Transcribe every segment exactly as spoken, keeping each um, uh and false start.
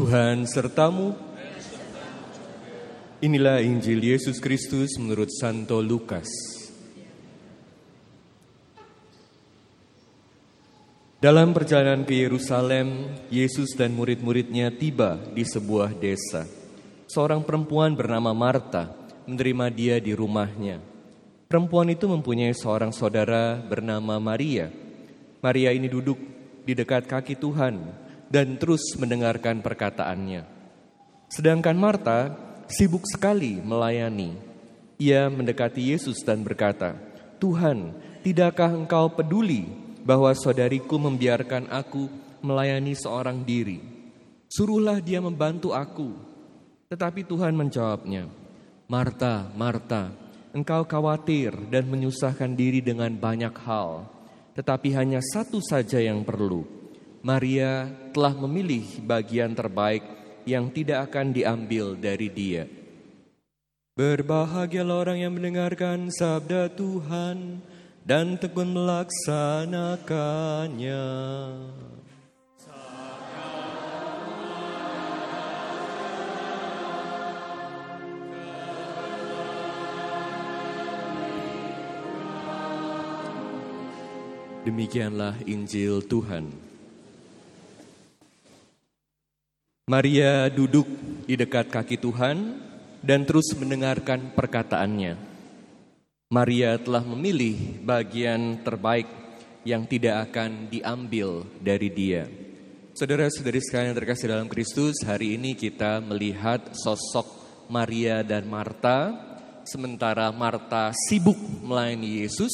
Tuhan sertamu. Inilah Injil Yesus Kristus menurut Santo Lukas. Dalam perjalanan ke Yerusalem, Yesus dan murid-muridnya tiba di sebuah desa. Seorang perempuan bernama Marta menerima dia di rumahnya. Perempuan itu mempunyai seorang saudara bernama Maria. Maria ini duduk di dekat kaki Tuhan dan terus mendengarkan perkataannya. Sedangkan Marta sibuk sekali melayani. Ia mendekati Yesus dan berkata, "Tuhan, tidakkah engkau peduli bahwa saudariku membiarkan aku melayani seorang diri? Suruhlah dia membantu aku." Tetapi Tuhan menjawabnya, "Marta, Marta, engkau khawatir dan menyusahkan diri dengan banyak hal. Tetapi hanya satu saja yang perlu. Maria telah memilih bagian terbaik yang tidak akan diambil dari dia." Berbahagialah orang yang mendengarkan sabda Tuhan dan tekun melaksanakannya. Demikianlah Injil Tuhan. Maria duduk di dekat kaki Tuhan dan terus mendengarkan perkataannya. Maria telah memilih bagian terbaik yang tidak akan diambil dari dia. Saudara-saudari sekalian yang terkasih dalam Kristus, hari ini kita melihat sosok Maria dan Marta. Sementara Marta sibuk melayani Yesus,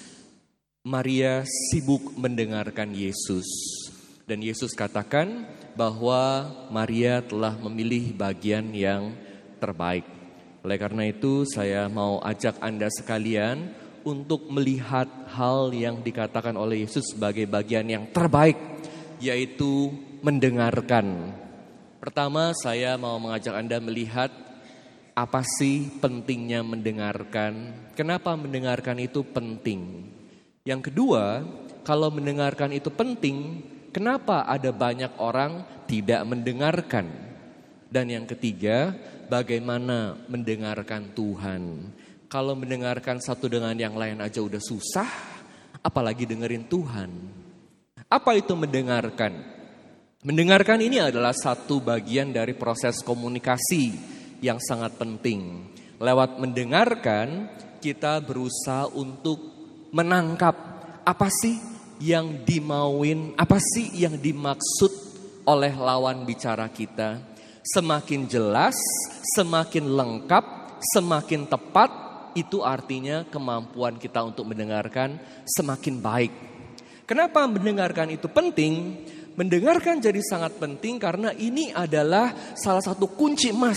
Maria sibuk mendengarkan Yesus. Dan Yesus katakan bahwa Maria telah memilih bagian yang terbaik. Oleh karena itu saya mau ajak Anda sekalian untuk melihat hal yang dikatakan oleh Yesus sebagai bagian yang terbaik, yaitu mendengarkan. Pertama saya mau mengajak Anda melihat apa sih pentingnya mendengarkan. Kenapa mendengarkan itu penting? Yang kedua, kalau mendengarkan itu penting, kenapa ada banyak orang tidak mendengarkan? Dan yang ketiga, bagaimana mendengarkan Tuhan? Kalau mendengarkan satu dengan yang lain aja udah susah, apalagi dengerin Tuhan. Apa itu mendengarkan? Mendengarkan ini adalah satu bagian dari proses komunikasi yang sangat penting. Lewat mendengarkan, kita berusaha untuk menangkap apa sih yang dimauin, apa sih yang dimaksud oleh lawan bicara kita. Semakin jelas, semakin lengkap, semakin tepat, itu artinya kemampuan kita untuk mendengarkan semakin baik. Kenapa mendengarkan itu penting? Mendengarkan jadi sangat penting karena ini adalah salah satu kunci emas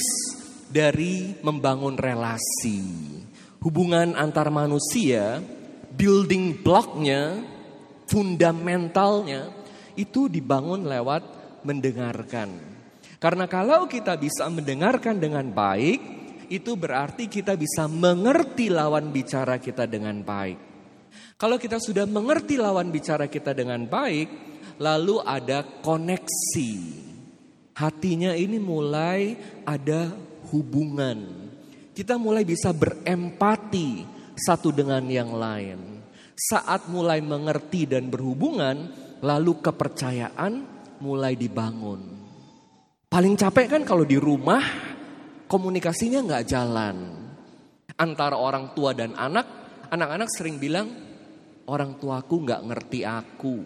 dari membangun relasi. Hubungan antar manusia, building block-nya, fundamentalnya itu dibangun lewat mendengarkan. Karena kalau kita bisa mendengarkan dengan baik, itu berarti kita bisa mengerti lawan bicara kita dengan baik. Kalau kita sudah mengerti lawan bicara kita dengan baik, lalu ada koneksi. Hatinya ini mulai ada hubungan. Kita mulai bisa berempati satu dengan yang lain. Saat mulai mengerti dan berhubungan, lalu kepercayaan mulai dibangun. Paling capek kan kalau di rumah komunikasinya gak jalan. Antara orang tua dan anak, anak-anak sering bilang, orang tuaku gak ngerti aku.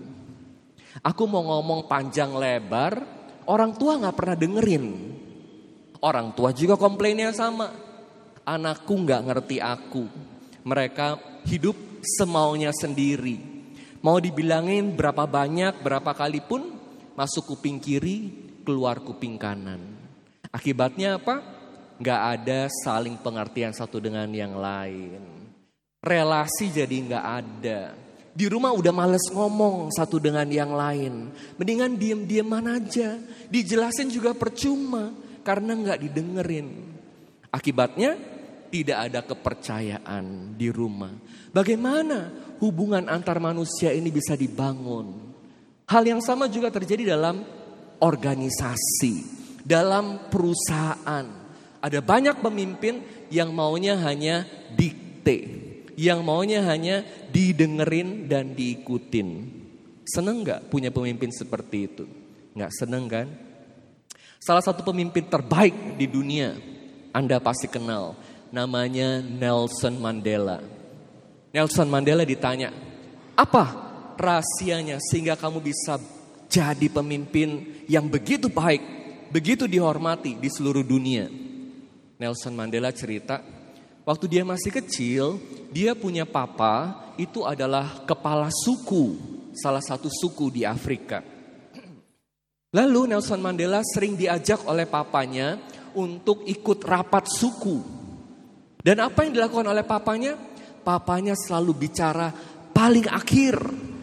Aku mau ngomong panjang lebar, orang tua gak pernah dengerin. Orang tua juga komplainnya sama, anakku gak ngerti aku. Mereka hidup semaunya sendiri. Mau dibilangin berapa banyak, berapa kali pun masuk kuping kiri, keluar kuping kanan. Akibatnya apa? Gak ada saling pengertian satu dengan yang lain. Relasi jadi gak ada. Di rumah udah males ngomong satu dengan yang lain. Mendingan diem-dieman aja. Dijelasin juga percuma karena gak didengerin. Akibatnya tidak ada kepercayaan di rumah. Bagaimana hubungan antar manusia ini bisa dibangun? Hal yang sama juga terjadi dalam organisasi, dalam perusahaan. Ada banyak pemimpin yang maunya hanya dikte, yang maunya hanya didengerin dan diikutin. Seneng gak punya pemimpin seperti itu? Gak seneng kan? Salah satu pemimpin terbaik di dunia, Anda pasti kenal, namanya Nelson Mandela. Nelson Mandela ditanya, apa rahasianya sehingga kamu bisa jadi pemimpin yang begitu baik, begitu dihormati di seluruh dunia? Nelson Mandela cerita, waktu dia masih kecil, dia punya papa itu adalah kepala suku, salah satu suku di Afrika. Lalu Nelson Mandela sering diajak oleh papanya untuk ikut rapat suku. Dan apa yang dilakukan oleh papanya? Papanya selalu bicara paling akhir.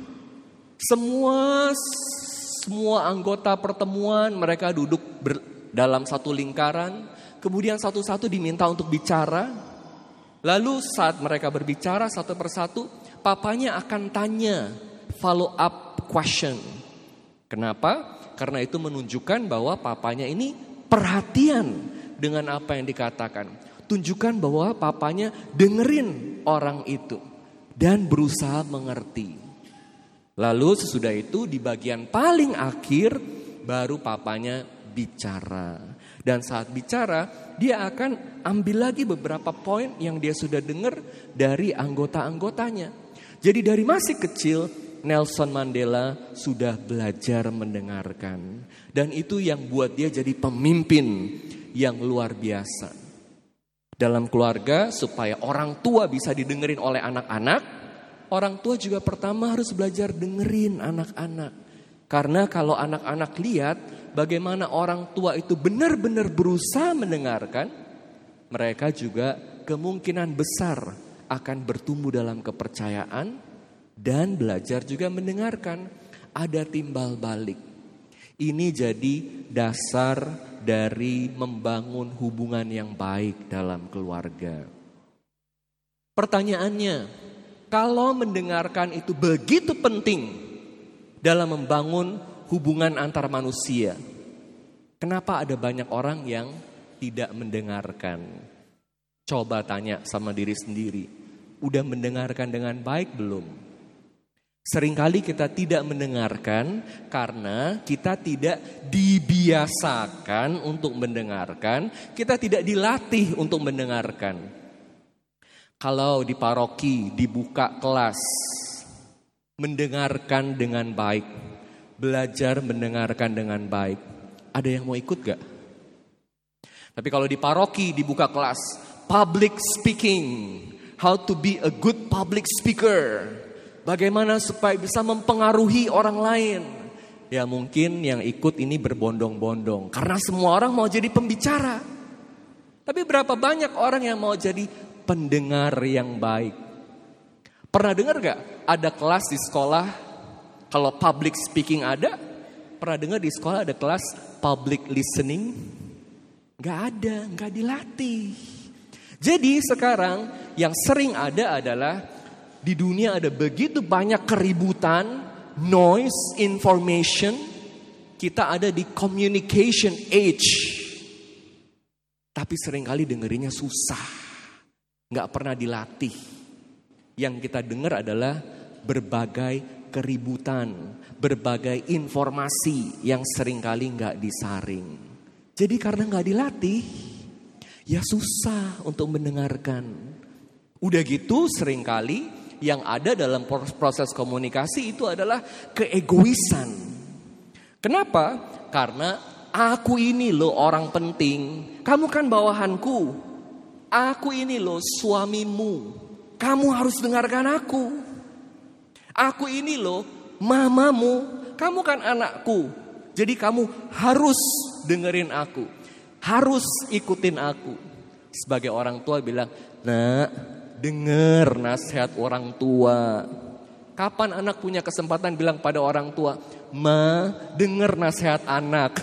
Semua semua anggota pertemuan mereka duduk ber, dalam satu lingkaran. Kemudian satu-satu diminta untuk bicara. Lalu saat mereka berbicara satu persatu, papanya akan tanya follow up question. Kenapa? Karena itu menunjukkan bahwa papanya ini perhatian dengan apa yang dikatakan. Tunjukkan bahwa papanya dengerin orang itu dan berusaha mengerti. Lalu sesudah itu di bagian paling akhir baru papanya bicara. Dan saat bicara dia akan ambil lagi beberapa poin yang dia sudah dengar dari anggota-anggotanya. Jadi dari masih kecil Nelson Mandela sudah belajar mendengarkan. Dan itu yang buat dia jadi pemimpin yang luar biasa. Dalam keluarga supaya orang tua bisa didengerin oleh anak-anak, orang tua juga pertama harus belajar dengerin anak-anak. Karena kalau anak-anak lihat bagaimana orang tua itu benar-benar berusaha mendengarkan, mereka juga kemungkinan besar akan bertumbuh dalam kepercayaan dan belajar juga mendengarkan. Ada timbal balik. Ini jadi dasar dari membangun hubungan yang baik dalam keluarga. Pertanyaannya, kalau mendengarkan itu begitu penting dalam membangun hubungan antar manusia, kenapa ada banyak orang yang tidak mendengarkan? Coba tanya sama diri sendiri, udah mendengarkan dengan baik belum? Seringkali kita tidak mendengarkan karena kita tidak dibiasakan untuk mendengarkan, kita tidak dilatih untuk mendengarkan. Kalau di paroki dibuka kelas, mendengarkan dengan baik, belajar mendengarkan dengan baik, ada yang mau ikut gak? Tapi kalau di paroki dibuka kelas, public speaking, how to be a good public speaker, bagaimana supaya bisa mempengaruhi orang lain. Ya mungkin yang ikut ini berbondong-bondong. Karena semua orang mau jadi pembicara. Tapi berapa banyak orang yang mau jadi pendengar yang baik? Pernah dengar gak ada kelas di sekolah, kalau public speaking ada? Pernah dengar di sekolah ada kelas public listening? Gak ada, gak dilatih. Jadi sekarang yang sering ada adalah di dunia ada begitu banyak keributan, noise, information. Kita ada di communication age. Tapi seringkali dengerinnya susah. Gak pernah dilatih. Yang kita dengar adalah berbagai keributan, berbagai informasi yang seringkali gak disaring. Jadi karena gak dilatih, ya susah untuk mendengarkan. Udah gitu seringkali yang ada dalam proses komunikasi itu adalah keegoisan. Kenapa? Karena aku ini loh orang penting. Kamu kan bawahanku. Aku ini loh suamimu. Kamu harus dengarkan aku. Aku ini loh mamamu. Kamu kan anakku. Jadi kamu harus dengerin aku. Harus ikutin aku. Sebagai orang tua bilang, nak, dengar nasihat orang tua. Kapan anak punya kesempatan bilang pada orang tua, ma, dengar nasihat anak?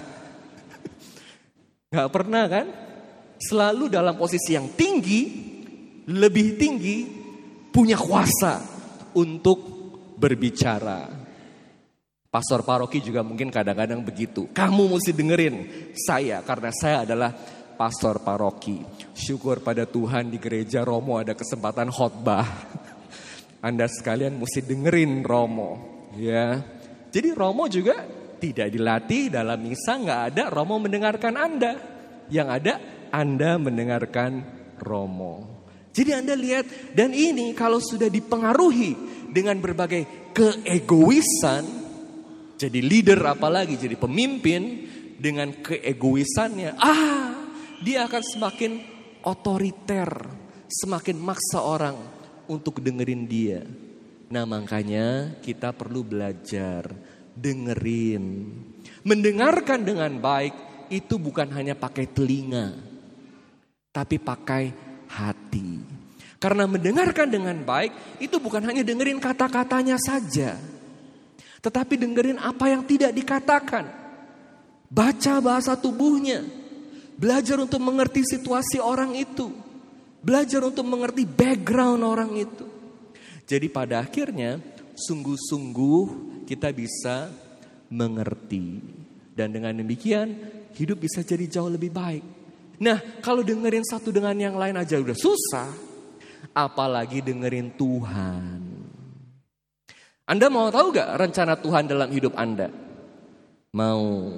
Gak pernah kan? Selalu dalam posisi yang tinggi, lebih tinggi, punya kuasa untuk berbicara. Pastor paroki juga mungkin kadang-kadang begitu. Kamu mesti dengerin saya karena saya adalah pastor paroki. Syukur pada Tuhan di gereja Romo ada kesempatan khotbah. Anda sekalian mesti dengerin Romo, ya. Jadi Romo juga tidak dilatih dalam misa, nggak ada Romo mendengarkan Anda. Yang ada Anda mendengarkan Romo. Jadi Anda lihat, dan ini kalau sudah dipengaruhi dengan berbagai keegoisan, jadi leader apalagi jadi pemimpin dengan keegoisannya, ah, dia akan semakin otoriter, semakin maksa orang untuk dengerin dia. Nah, makanya kita perlu belajar dengerin. Mendengarkan dengan baik itu bukan hanya pakai telinga, tapi pakai hati. Karena mendengarkan dengan baik itu bukan hanya dengerin kata-katanya saja, tetapi dengerin apa yang tidak dikatakan. Baca bahasa tubuhnya. Belajar untuk mengerti situasi orang itu. Belajar untuk mengerti background orang itu. Jadi pada akhirnya sungguh-sungguh kita bisa mengerti. Dan dengan demikian hidup bisa jadi jauh lebih baik. Nah, kalau dengerin satu dengan yang lain aja udah susah, apalagi dengerin Tuhan. Anda mau tahu gak rencana Tuhan dalam hidup Anda? Mau.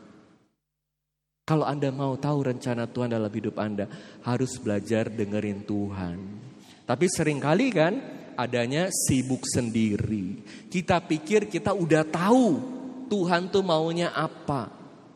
Kalau Anda mau tahu rencana Tuhan dalam hidup Anda, harus belajar dengerin Tuhan. Tapi seringkali kan adanya sibuk sendiri. Kita pikir kita udah tahu Tuhan tuh maunya apa.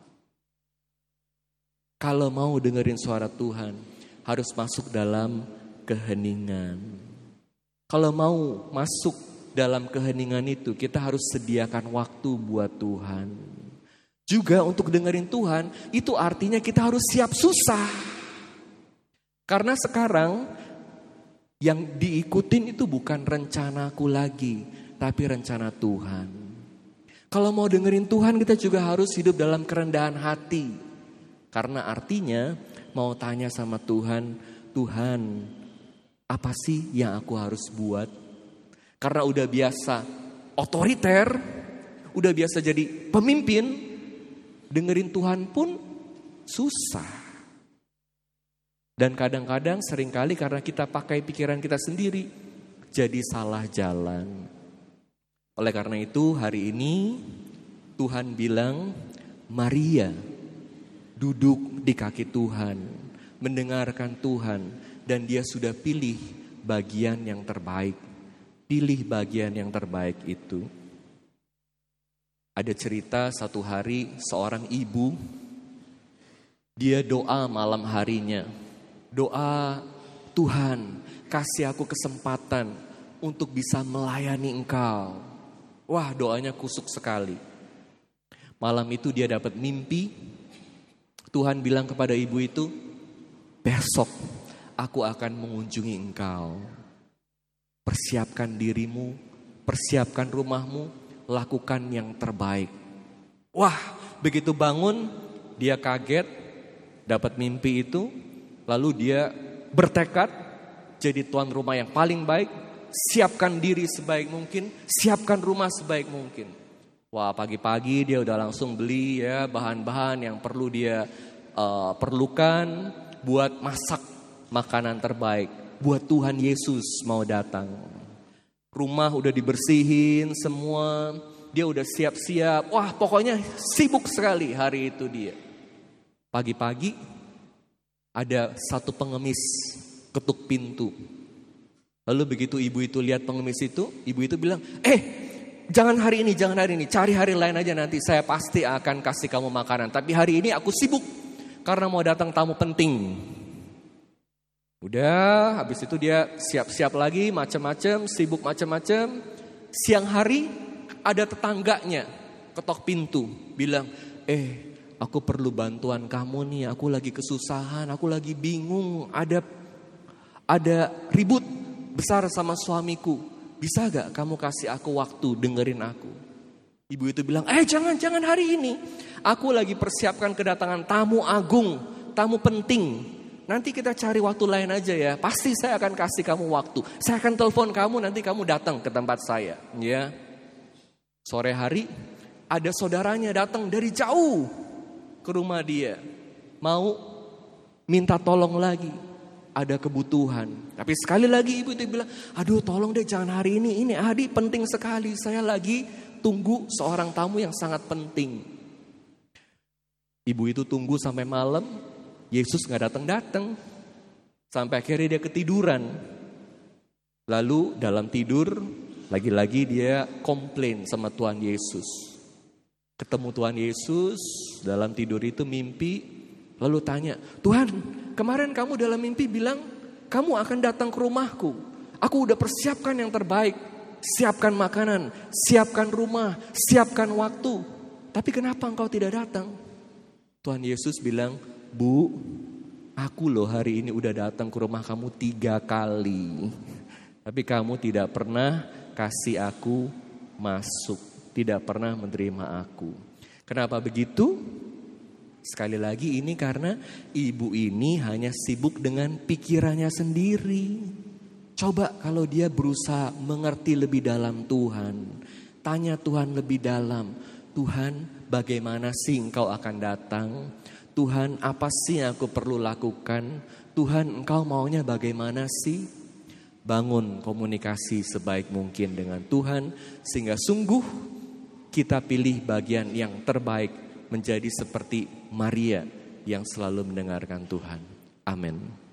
Kalau mau dengerin suara Tuhan, harus masuk dalam keheningan. Kalau mau masuk dalam keheningan itu, kita harus sediakan waktu buat Tuhan. Juga untuk dengerin Tuhan, itu artinya kita harus siap susah. Karena sekarang yang diikutin itu bukan rencanaku lagi, tapi rencana Tuhan. Kalau mau dengerin Tuhan, kita juga harus hidup dalam kerendahan hati. Karena artinya mau tanya sama Tuhan, Tuhan, apa sih yang aku harus buat? Karena udah biasa otoriter, udah biasa jadi pemimpin, dengerin Tuhan pun susah. Dan kadang-kadang seringkali karena kita pakai pikiran kita sendiri, jadi salah jalan. Oleh karena itu hari ini Tuhan bilang, Maria duduk di kaki Tuhan, mendengarkan Tuhan, dan dia sudah pilih bagian yang terbaik. Pilih bagian yang terbaik itu. Ada cerita satu hari seorang ibu, dia doa malam harinya. Doa, Tuhan kasih aku kesempatan untuk bisa melayani Engkau. Wah, doanya kusuk sekali. Malam itu dia dapat mimpi. Tuhan bilang kepada ibu itu, besok aku akan mengunjungi engkau. Persiapkan dirimu, persiapkan rumahmu, lakukan yang terbaik. Wah, begitu bangun, dia kaget, dapat mimpi itu, lalu dia bertekad jadi tuan rumah yang paling baik, siapkan diri sebaik mungkin, siapkan rumah sebaik mungkin. Wah, pagi-pagi dia udah langsung beli ya bahan-bahan yang perlu dia uh, perlukan buat masak makanan terbaik. Buat Tuhan Yesus mau datang. Rumah udah dibersihin semua. Dia udah siap-siap. Wah, pokoknya sibuk sekali hari itu dia. Pagi-pagi ada satu pengemis ketuk pintu. Lalu begitu ibu itu lihat pengemis itu, ibu itu bilang, "Eh, jangan hari ini, jangan hari ini. Cari hari lain aja nanti. Saya pasti akan kasih kamu makanan. Tapi hari ini aku sibuk karena mau datang tamu penting." Udah, habis itu dia siap-siap lagi, macam-macam, sibuk macam-macam. Siang hari ada tetangganya ketok pintu, bilang, "Eh, aku perlu bantuan kamu nih. Aku lagi kesusahan, aku lagi bingung. Ada ada ribut besar sama suamiku. Bisa gak kamu kasih aku waktu dengerin aku?" Ibu itu bilang, "Eh, jangan, jangan hari ini. Aku lagi persiapkan kedatangan tamu agung, tamu penting. Nanti kita cari waktu lain aja ya. Pasti saya akan kasih kamu waktu. Saya akan telepon kamu, nanti kamu datang ke tempat saya." Ya. Sore hari Ada saudaranya datang dari jauh ke rumah dia. Mau minta tolong lagi. Ada kebutuhan. Tapi sekali lagi ibu itu bilang, aduh tolong deh jangan hari ini. Ini hari penting sekali. Saya lagi tunggu seorang tamu yang sangat penting. Ibu itu tunggu sampai malam. Yesus gak datang-datang. Sampai akhirnya dia ketiduran. Lalu dalam tidur, lagi-lagi dia komplain sama Tuhan Yesus. Ketemu Tuhan Yesus, dalam tidur itu mimpi. Lalu tanya, Tuhan, kemarin kamu dalam mimpi bilang, kamu akan datang ke rumahku. Aku udah persiapkan yang terbaik. Siapkan makanan, siapkan rumah, siapkan waktu. Tapi kenapa engkau tidak datang? Tuhan Yesus bilang, Bu, aku loh hari ini udah datang ke rumah kamu tiga kali. Tapi kamu tidak pernah kasih aku masuk. Tidak pernah menerima aku. Kenapa begitu? Sekali lagi ini karena ibu ini hanya sibuk dengan pikirannya sendiri. Coba kalau dia berusaha mengerti lebih dalam Tuhan. Tanya Tuhan lebih dalam. Tuhan, bagaimana sih engkau akan datang? Tuhan, apa sih yang aku perlu lakukan? Tuhan, engkau maunya bagaimana sih? Bangun komunikasi sebaik mungkin dengan Tuhan. Sehingga sungguh kita pilih bagian yang terbaik. Menjadi seperti Maria yang selalu mendengarkan Tuhan. Amin.